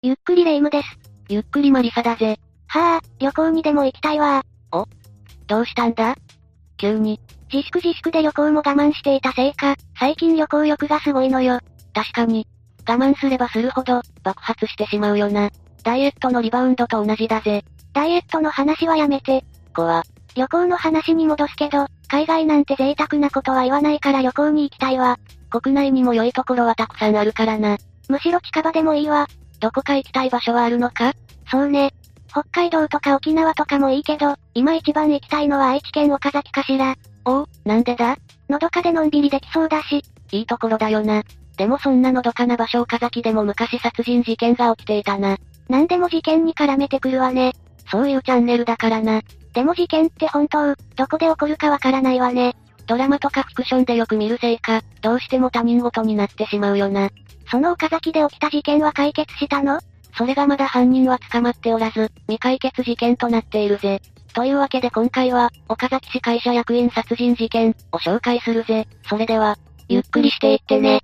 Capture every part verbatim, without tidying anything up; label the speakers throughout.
Speaker 1: ゆっくりレ夢ムです。
Speaker 2: ゆっくりマリサだぜ。
Speaker 1: はぁ、旅行にでも行きたいわ
Speaker 2: ー。お？どうしたんだ？急に。
Speaker 1: 自粛自粛で旅行も我慢していたせいか、最近旅行欲がすごいのよ。
Speaker 2: 確かに。我慢すればするほど、爆発してしまうよな。ダイエットのリバウンドと同じだぜ。
Speaker 1: ダイエットの話はやめて。
Speaker 2: 怖。
Speaker 1: 旅行の話に戻すけど、海外なんて贅沢なことは言わないから旅行に行きたいわ。
Speaker 2: 国内にも良いところはたくさんあるからな。
Speaker 1: むしろ近場でもいいわ。
Speaker 2: どこか行きたい場所はあるのか？
Speaker 1: そうね。北海道とか沖縄とかもいいけど、今一番行きたいのは愛知県岡崎かしら。
Speaker 2: おお、なんでだ？
Speaker 1: のどかでのんびりできそうだし。
Speaker 2: いいところだよな。でもそんなのどかな場所岡崎でも昔殺人事件が起きていたな。
Speaker 1: なんでも事件に絡めてくるわね。
Speaker 2: そういうチャンネルだからな。
Speaker 1: でも事件って本当、どこで起こるかわからないわね。
Speaker 2: ドラマとかフィクションでよく見るせいか、どうしても他人事になってしまうよな。
Speaker 1: その岡崎で起きた事件は解決したの？
Speaker 2: それがまだ犯人は捕まっておらず、未解決事件となっているぜ。というわけで今回は、岡崎市会社役員殺人事件を紹介するぜ。それでは、ゆっくりしていってね。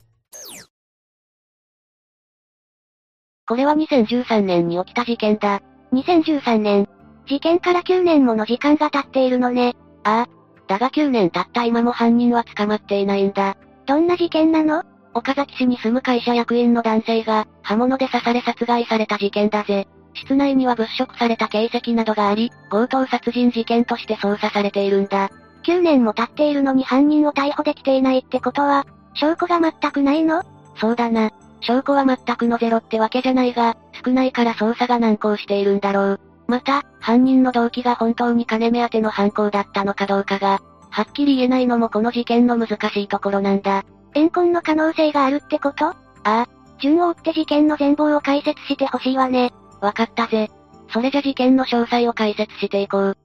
Speaker 2: これはにせんじゅうさんねんに起きた事件だ。
Speaker 1: にせんじゅうさんねん。事件からきゅうねんもの時間が経っているのね。
Speaker 2: ああ。だがきゅうねん経った今も犯人は捕まっていないんだ。
Speaker 1: どんな事件なの？
Speaker 2: 岡崎市に住む会社役員の男性が、刃物で刺され殺害された事件だぜ。室内には物色された形跡などがあり、強盗殺人事件として捜査されているんだ。
Speaker 1: きゅうねんも経っているのに犯人を逮捕できていないってことは、証拠が全くないの？
Speaker 2: そうだな。証拠は全くのゼロってわけじゃないが、少ないから捜査が難航しているんだろう。また、犯人の動機が本当に金目当ての犯行だったのかどうかが、はっきり言えないのもこの事件の難しいところなんだ。
Speaker 1: 怨恨の可能性があるってこと？
Speaker 2: ああ。
Speaker 1: 順を追って事件の全貌を解説してほしいわね。
Speaker 2: わかったぜ。それじゃ事件の詳細を解説していこう。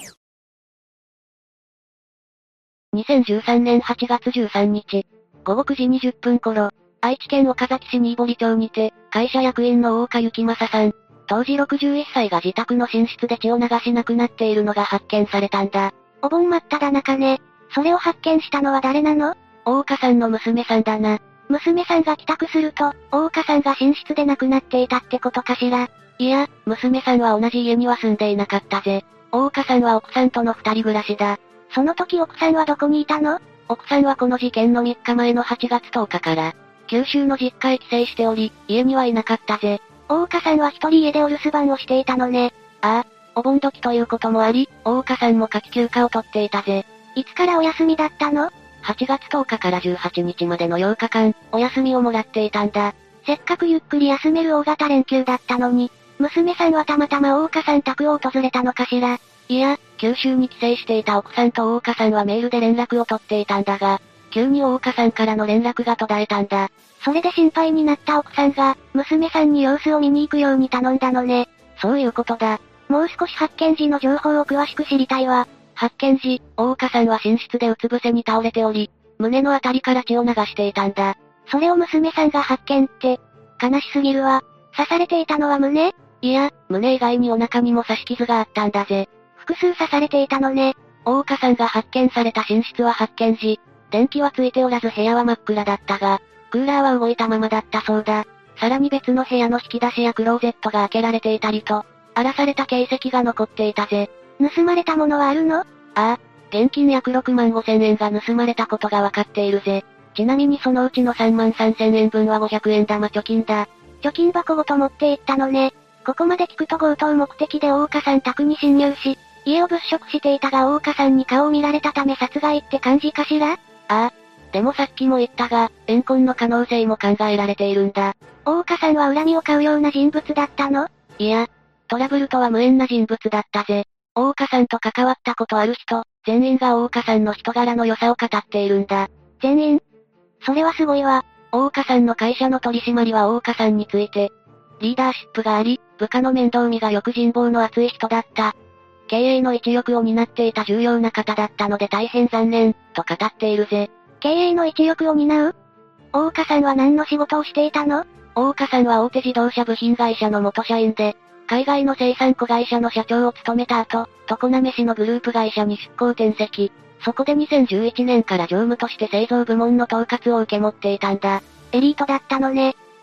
Speaker 2: にせんじゅうさんねんはちがつじゅうさんにち、ごごくじにじゅっぷん頃、愛知県岡崎市新堀町にて、会社役員の大岡幸正さん、当時ろくじゅういっさいが自宅の寝室で血を流し亡くなっているのが発見されたんだ。
Speaker 1: お盆真っ只中ね。それを発見したのは誰なの？
Speaker 2: 大岡さんの娘さんだな。
Speaker 1: 娘さんが帰宅すると、大岡さんが寝室で亡くなっていたってことかしら。
Speaker 2: いや、娘さんは同じ家には住んでいなかったぜ。大岡さんは奥さんとの二人暮らしだ。
Speaker 1: その時奥さんはどこにいたの？
Speaker 2: 奥さんはこの事件のみっかまえのはちがつとおかから、九州の実家へ帰省しており、家にはいなかったぜ。
Speaker 1: 大岡さんは一人家でお留守番をしていたのね。
Speaker 2: ああ、お盆時ということもあり、大岡さんも夏季休暇を取っていたぜ。
Speaker 1: いつからお休みだったの？
Speaker 2: はちがつとおかからじゅうはちにちまでのようかかん、お休みをもらっていたんだ。
Speaker 1: せっかくゆっくり休める大型連休だったのに、娘さんはたまたま大岡さん宅を訪れたのかしら。
Speaker 2: いや、九州に帰省していた奥さんと大岡さんはメールで連絡を取っていたんだが、急に大岡さんからの連絡が途絶えたんだ。
Speaker 1: それで心配になった奥さんが、娘さんに様子を見に行くように頼んだのね。
Speaker 2: そういうことだ。
Speaker 1: もう少し発見時の情報を詳しく知りたいわ。
Speaker 2: 発見時、大岡さんは寝室でうつ伏せに倒れており、胸のあたりから血を流していたんだ。
Speaker 1: それを娘さんが発見って、悲しすぎるわ。刺されていたのは胸？
Speaker 2: いや、胸以外にお腹にも刺し傷があったんだぜ。
Speaker 1: 複数刺されていたのね。
Speaker 2: 大岡さんが発見された寝室は発見時、電気はついておらず部屋は真っ暗だったが、クーラーは動いたままだったそうだ。さらに別の部屋の引き出しやクローゼットが開けられていたりと、荒らされた形跡が残っていたぜ。
Speaker 1: 盗まれたものはあるの？
Speaker 2: ああ、現金約ろくまんごせんえんが盗まれたことがわかっているぜ。ちなみにそのうちのさんまんさんぜんえんぶんはごひゃくえん玉貯金だ。
Speaker 1: 貯金箱ごと持って行ったのね。ここまで聞くと強盗目的で大岡さん宅に侵入し、家を物色していたが大岡さんに顔を見られたため殺害って感じかしら？
Speaker 2: ああ。でもさっきも言ったが、怨恨の可能性も考えられているんだ。
Speaker 1: 大岡さんは恨みを買うような人物だったの？
Speaker 2: いや、トラブルとは無縁な人物だったぜ。大岡さんと関わったことある人、全員が大岡さんの人柄の良さを語っているんだ。
Speaker 1: 全員？それはすごいわ。
Speaker 2: 大岡さんの会社の取締りは大岡さんについて、リーダーシップがあり、部下の面倒見がよく人望の厚い人だった。経営の一翼を担っていた重要な方だったので大変残念、と語っているぜ。
Speaker 1: 経営の一翼を担う？大岡さんは何の仕事をしていたの？
Speaker 2: 大岡さんは大手自動車部品会社の元社員で、海外の生産子会社の社長を務めた後、常滑市のグループ会社に出向転籍。そこでにせんじゅういちねんから常務として製造部門の統括を受け持っていたんだ。
Speaker 1: エリートだったのね。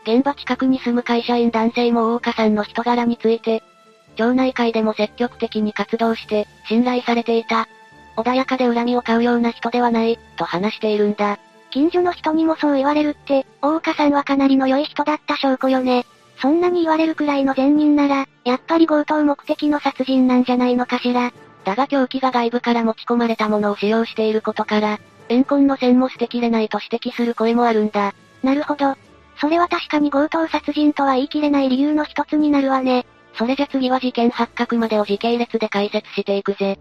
Speaker 2: 現場近くに住む会社員男性も大岡さんの人柄について、町内会でも積極的に活動して、信頼されていた。穏やかで恨みを買うような人ではない、と話しているんだ。
Speaker 1: 近所の人にもそう言われるって、大岡さんはかなりの良い人だった証拠よね。そんなに言われるくらいの善人なら、やっぱり強盗目的の殺人なんじゃないのかしら。
Speaker 2: だが凶器が外部から持ち込まれたものを使用していることから、怨恨の線も捨てきれないと指摘する声もあるんだ。
Speaker 1: なるほど。それは確かに強盗殺人とは言い切れない理由の一つになるわね。
Speaker 2: それじゃ次は事件発覚までを時系列で解説していくぜ。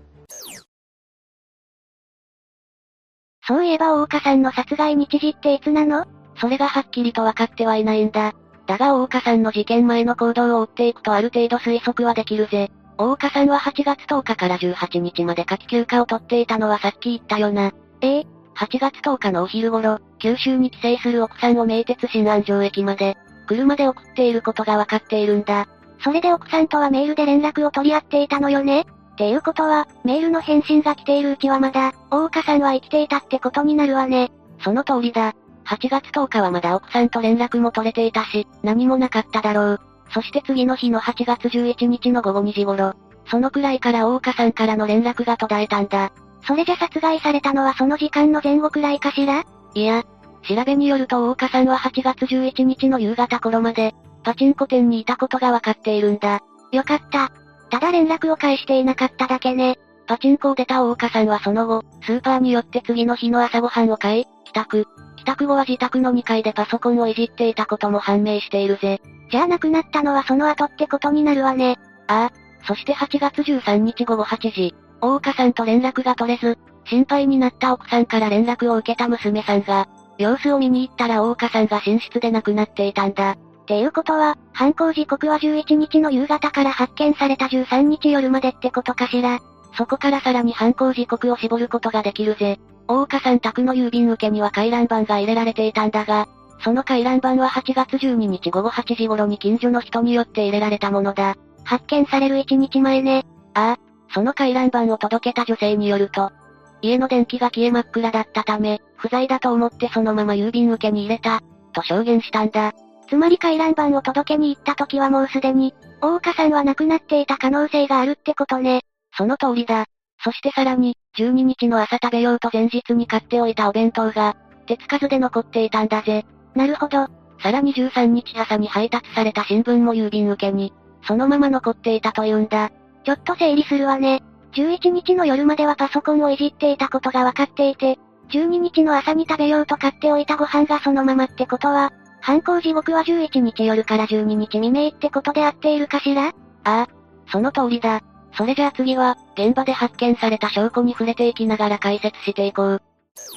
Speaker 1: そういえば大岡さんの殺害日時っていつなの？
Speaker 2: それがはっきりと分かってはいないんだ。だが大岡さんの事件前の行動を追っていくとある程度推測はできるぜ。大岡さんははちがつとおかからじゅうはちにちまで夏季休暇を取っていたのはさっき言ったよな。
Speaker 1: ええ、
Speaker 2: はちがつとおかのお昼頃、九州に帰省する奥さんを名鉄新安城駅まで、車で送っていることが分かっているんだ。
Speaker 1: それで奥さんとはメールで連絡を取り合っていたのよね？っていうことは、メールの返信が来ているうちはまだ、大岡さんは生きていたってことになるわね。
Speaker 2: その通りだ。はちがつとおかはまだ奥さんと連絡も取れていたし、何もなかっただろう。そして次の日のはちがつじゅういちにちのごごにじ頃、そのくらいから大岡さんからの連絡が途絶えたんだ。
Speaker 1: それじゃ殺害されたのはその時間の前後くらいかしら？
Speaker 2: いや、調べによると大岡さんははちがつじゅういちにちの夕方頃まで、パチンコ店にいたことがわかっているんだ。
Speaker 1: よかった。ただ連絡を返していなかっただけね。
Speaker 2: パチンコを出た大岡さんはその後、スーパーに寄って次の日の朝ごはんを買い、帰宅。帰宅後は自宅のにかいでパソコンをいじっていたことも判明しているぜ。
Speaker 1: じゃあ亡くなったのはその後ってことになるわね。
Speaker 2: ああ。そしてはちがつじゅうさんにちごごはちじ、大岡さんと連絡が取れず、心配になった奥さんから連絡を受けた娘さんが、様子を見に行ったら大岡さんが寝室で亡くなっていたんだ。
Speaker 1: っていうことは、犯行時刻はじゅういちにちの夕方から発見されたじゅうさんにち夜までってことかしら。
Speaker 2: そこからさらに犯行時刻を絞ることができるぜ。大岡さん宅の郵便受けには回覧板が入れられていたんだが、その回覧板ははちがつじゅうににちごごはちじ頃に近所の人によって入れられたものだ。
Speaker 1: 発見されるいちにちまえね。
Speaker 2: ああ、その回覧板を届けた女性によると、家の電気が消え真っ暗だったため、不在だと思ってそのまま郵便受けに入れた、と証言したんだ。
Speaker 1: つまり回覧板を届けに行った時はもうすでに、大岡さんは亡くなっていた可能性があるってことね。
Speaker 2: その通りだ。そしてさらに、じゅうににちの朝食べようと前日に買っておいたお弁当が、手つかずで残っていたんだぜ。
Speaker 1: なるほど。
Speaker 2: さらにじゅうさんにち朝に配達された新聞も郵便受けに、そのまま残っていたというんだ。
Speaker 1: ちょっと整理するわね。じゅういちにちの夜まではパソコンをいじっていたことがわかっていて、じゅうににちの朝に食べようと買っておいたご飯がそのままってことは、犯行時刻はじゅういちにち夜からじゅうににち未明ってことで合っているかしら？
Speaker 2: ああ、その通りだ。それじゃあ次は、現場で発見された証拠に触れていきながら解説していこう。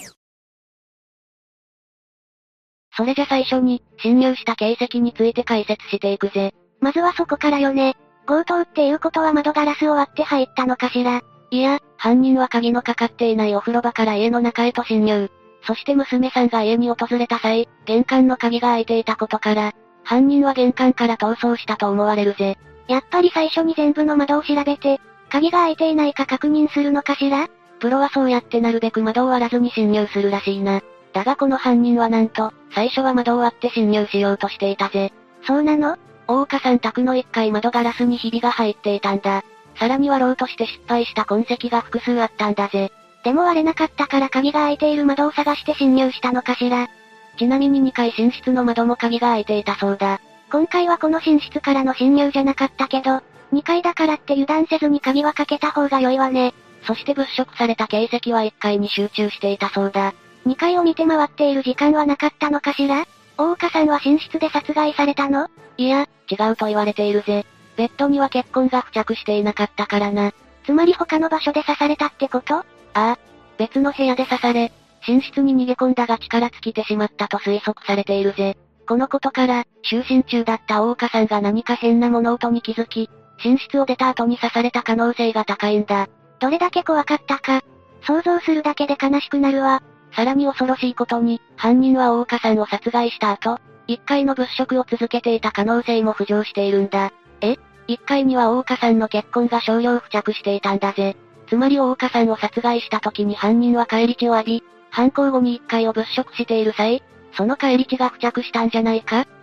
Speaker 2: それじゃ最初に、侵入した形跡について解説していくぜ。
Speaker 1: まずはそこからよね。強盗っていうことは窓ガラスを割って入ったのかしら？
Speaker 2: いや、犯人は鍵のかかっていないお風呂場から家の中へと侵入。そして娘さんが家に訪れた際、玄関の鍵が開いていたことから、犯人は玄関から逃走したと思われるぜ。
Speaker 1: やっぱり最初に全部の窓を調べて、鍵が開いていないか確認するのかしら？
Speaker 2: プロはそうやってなるべく窓を割らずに侵入するらしいな。だがこの犯人はなんと、最初は窓を割って侵入しようとしていたぜ。
Speaker 1: そうなの？
Speaker 2: 大岡さん宅のいっかい窓ガラスにひびが入っていたんだ。さらに割ろうとして失敗した痕跡が複数あったんだぜ。
Speaker 1: でも割れなかったから鍵が開いている窓を探して侵入したのかしら？
Speaker 2: ちなみににかい寝室の窓も鍵が開いていたそうだ。
Speaker 1: 今回はこの寝室からの侵入じゃなかったけど、にかいだからって油断せずに鍵はかけた方が良いわね。
Speaker 2: そして物色された形跡はいっかいに集中していたそうだ。
Speaker 1: にかいを見て回っている時間はなかったのかしら？大岡さんは寝室で殺害されたの？
Speaker 2: いや、違うと言われているぜ。ベッドには血痕が付着していなかったからな。
Speaker 1: つまり他の場所で刺されたってこと？
Speaker 2: ああ、別の部屋で刺され、寝室に逃げ込んだが力尽きてしまったと推測されているぜ。このことから、就寝中だった大岡さんが何か変な物音に気づき、寝室を出た後に刺された可能性が高いんだ。
Speaker 1: どれだけ怖かったか、想像するだけで悲しくなるわ。
Speaker 2: さらに恐ろしいことに、犯人は大岡さんを殺害した後、いっかいの物色を続けていた可能性も浮上しているんだ。え ?いっ 階には大岡さんの血痕が少量付着していたんだぜ。つまり大岡さんを殺害した時に犯人は返り血を浴び、犯行後にいっかいを物色している際、その返り血が付着したんじゃないか？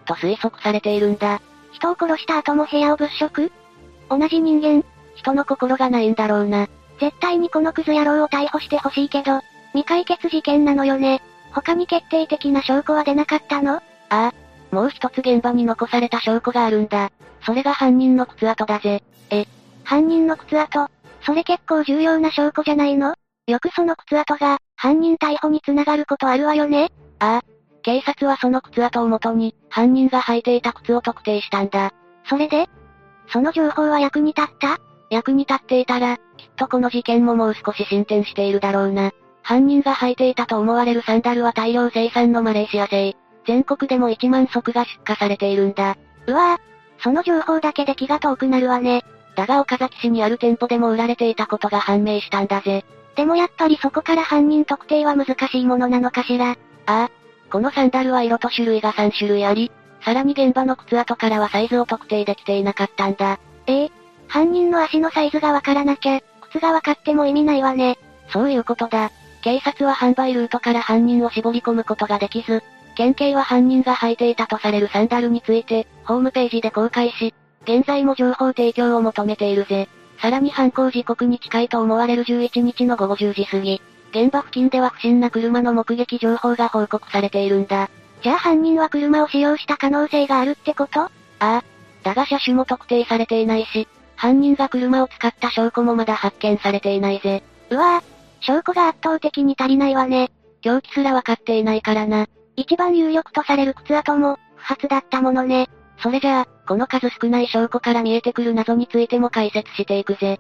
Speaker 2: と推測されているんだ。
Speaker 1: 人を殺した後も部屋を物色？同じ人間？
Speaker 2: 人の心がないんだろうな。
Speaker 1: 絶対にこのクズ野郎を逮捕してほしいけど、未解決事件なのよね。他に決定的な証拠は出なかったの？あ
Speaker 2: あ。もう一つ現場に残された証拠があるんだ。それが犯人の靴跡だぜ。
Speaker 1: え、犯人の靴跡？それ結構重要な証拠じゃないの？よくその靴跡が、犯人逮捕に繋がることあるわよね？
Speaker 2: ああ。警察はその靴跡をもとに、犯人が履いていた靴を特定したんだ。
Speaker 1: それで？その情報は役に立った？
Speaker 2: 役に立っていたら、きっとこの事件ももう少し進展しているだろうな。犯人が履いていたと思われるサンダルは大量生産のマレーシア製。全国でもいちまん足が出荷されているんだ。
Speaker 1: うわぁ、その情報だけで気が遠くなるわね。
Speaker 2: だが岡崎市にある店舗でも売られていたことが判明したんだぜ。
Speaker 1: でもやっぱりそこから犯人特定は難しいものなのかしら。あ
Speaker 2: あ。このサンダルは色と種類がさん種類あり、さらに現場の靴跡からはサイズを特定できていなかったんだ。
Speaker 1: ええ、犯人の足のサイズがわからなきゃ、靴がわかっても意味ないわね。
Speaker 2: そういうことだ。警察は販売ルートから犯人を絞り込むことができず、県警は犯人が履いていたとされるサンダルについて、ホームページで公開し、現在も情報提供を求めているぜ。さらに犯行時刻に近いと思われるじゅういちにちのごごじゅうじ過ぎ、現場付近では不審な車の目撃情報が報告されているんだ。
Speaker 1: じゃあ犯人は車を使用した可能性があるってこと？あ
Speaker 2: あ。だが車種も特定されていないし、犯人が車を使った証拠もまだ発見されていないぜ。
Speaker 1: うわぁ、証拠が圧倒的に足りないわね。
Speaker 2: 凶器すらわかっていないからな。
Speaker 1: 一番有力とされる靴跡も、不発だったものね。
Speaker 2: それじゃあ、この数少ない証拠から見えてくる謎についても解説していくぜ。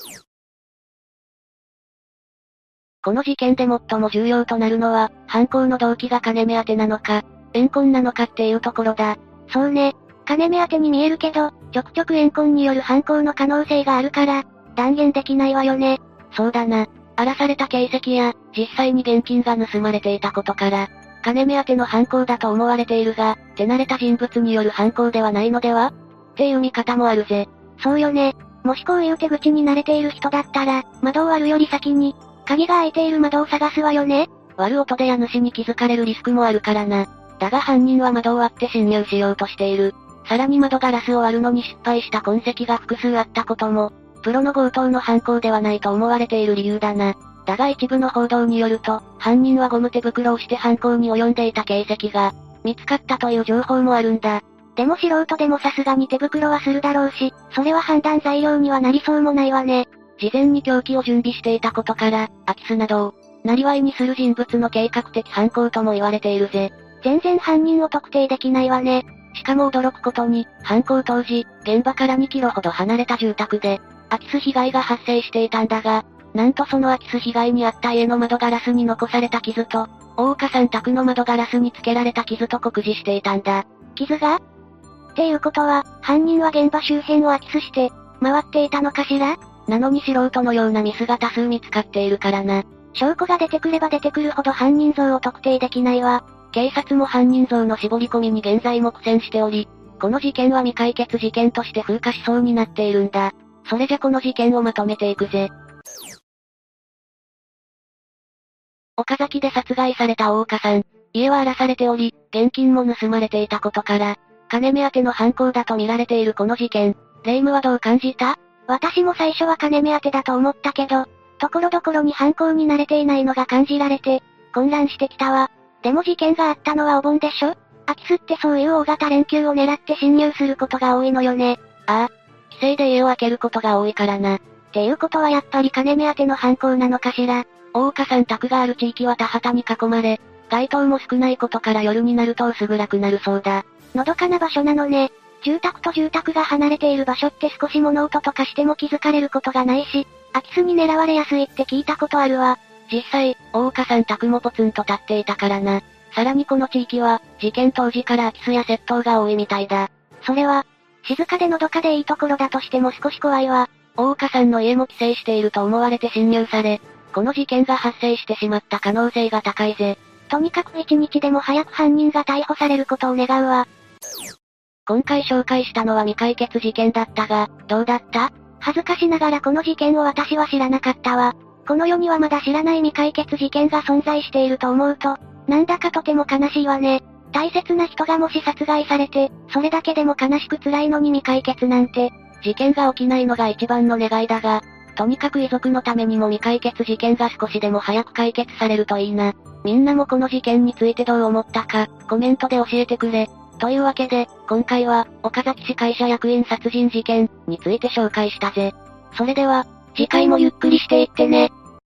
Speaker 2: この事件で最も重要となるのは、犯行の動機が金目当てなのか、怨恨なのかっていうところだ。
Speaker 1: そうね。金目当てに見えるけど、ちょくちょく怨恨による犯行の可能性があるから、断言できないわよね。
Speaker 2: そうだな。荒らされた形跡や、実際に現金が盗まれていたことから、金目当ての犯行だと思われているが、手慣れた人物による犯行ではないのではっていう見方もあるぜ。
Speaker 1: そうよね。もしこういう手口に慣れている人だったら、窓を割るより先に、鍵が開いている窓を探すわよね。
Speaker 2: 割る音で家主に気づかれるリスクもあるからな。だが犯人は窓を割って侵入しようとしている。さらに窓ガラスを割るのに失敗した痕跡が複数あったことも、プロの強盗の犯行ではないと思われている理由だな。だが一部の報道によると、犯人はゴム手袋をして犯行に及んでいた形跡が、見つかったという情報もあるんだ。
Speaker 1: でも素人でもさすがに手袋はするだろうし、それは判断材料にはなりそうもないわね。
Speaker 2: 事前に凶器を準備していたことから、空き巣などを、生業にする人物の計画的犯行とも言われているぜ。
Speaker 1: 全然犯人を特定できないわね。
Speaker 2: しかも驚くことに、犯行当時、現場からにキロほど離れた住宅で、空き巣被害が発生していたんだが、なんとその空き巣被害に遭った家の窓ガラスに残された傷と、大岡さん宅の窓ガラスに付けられた傷と酷似していたんだ。
Speaker 1: 傷が？っていうことは、犯人は現場周辺を空き巣して、回っていたのかしら？
Speaker 2: なのに素人のようなミスが多数見つかっているからな。
Speaker 1: 証拠が出てくれば出てくるほど犯人像を特定できないわ。
Speaker 2: 警察も犯人像の絞り込みに現在も苦戦しており、この事件は未解決事件として風化しそうになっているんだ。それじゃこの事件をまとめていくぜ。岡崎で殺害された大岡さん。家は荒らされており、現金も盗まれていたことから、金目当ての犯行だと見られているこの事件。霊夢はどう感じた？
Speaker 1: 私も最初は金目当てだと思ったけど、ところどころに犯行に慣れていないのが感じられて、混乱してきたわ。でも事件があったのはお盆でしょ？空き巣ってそういう大型連休を狙って侵入することが多いのよね。
Speaker 2: ああ。帰省で家を開けることが多いからな。
Speaker 1: っていうことはやっぱり金目当ての犯行なのかしら。
Speaker 2: 大岡さん宅がある地域は田畑に囲まれ、街灯も少ないことから夜になると薄暗くなるそうだ。
Speaker 1: のどかな場所なのね。住宅と住宅が離れている場所って少し物音とかしても気づかれることがないし、空き巣に狙われやすいって聞いたことあるわ。
Speaker 2: 実際、大岡さん宅もポツンと立っていたからな。さらにこの地域は、事件当時から空き巣や窃盗が多いみたいだ。
Speaker 1: それは、静かでのどかでいいところだとしても少し怖いわ。
Speaker 2: 大岡さんの家も帰省していると思われて侵入され、この事件が発生してしまった可能性が高いぜ。
Speaker 1: とにかく一日でも早く犯人が逮捕されることを願うわ。
Speaker 2: 今回紹介したのは未解決事件だったが、どうだった？
Speaker 1: 恥ずかしながらこの事件を私は知らなかったわ。この世にはまだ知らない未解決事件が存在していると思うと、なんだかとても悲しいわね。 大切な人がもし殺害されて、それだけでも悲しく辛いのに未解決なんて、
Speaker 2: 事件が起きないのが一番の願いだが、とにかく遺族のためにも未解決事件が少しでも早く解決されるといいな。みんなもこの事件についてどう思ったか、コメントで教えてくれ。というわけで、今回は、岡崎市会社役員殺人事件について紹介したぜ。それでは、次回もゆっくりしていってね。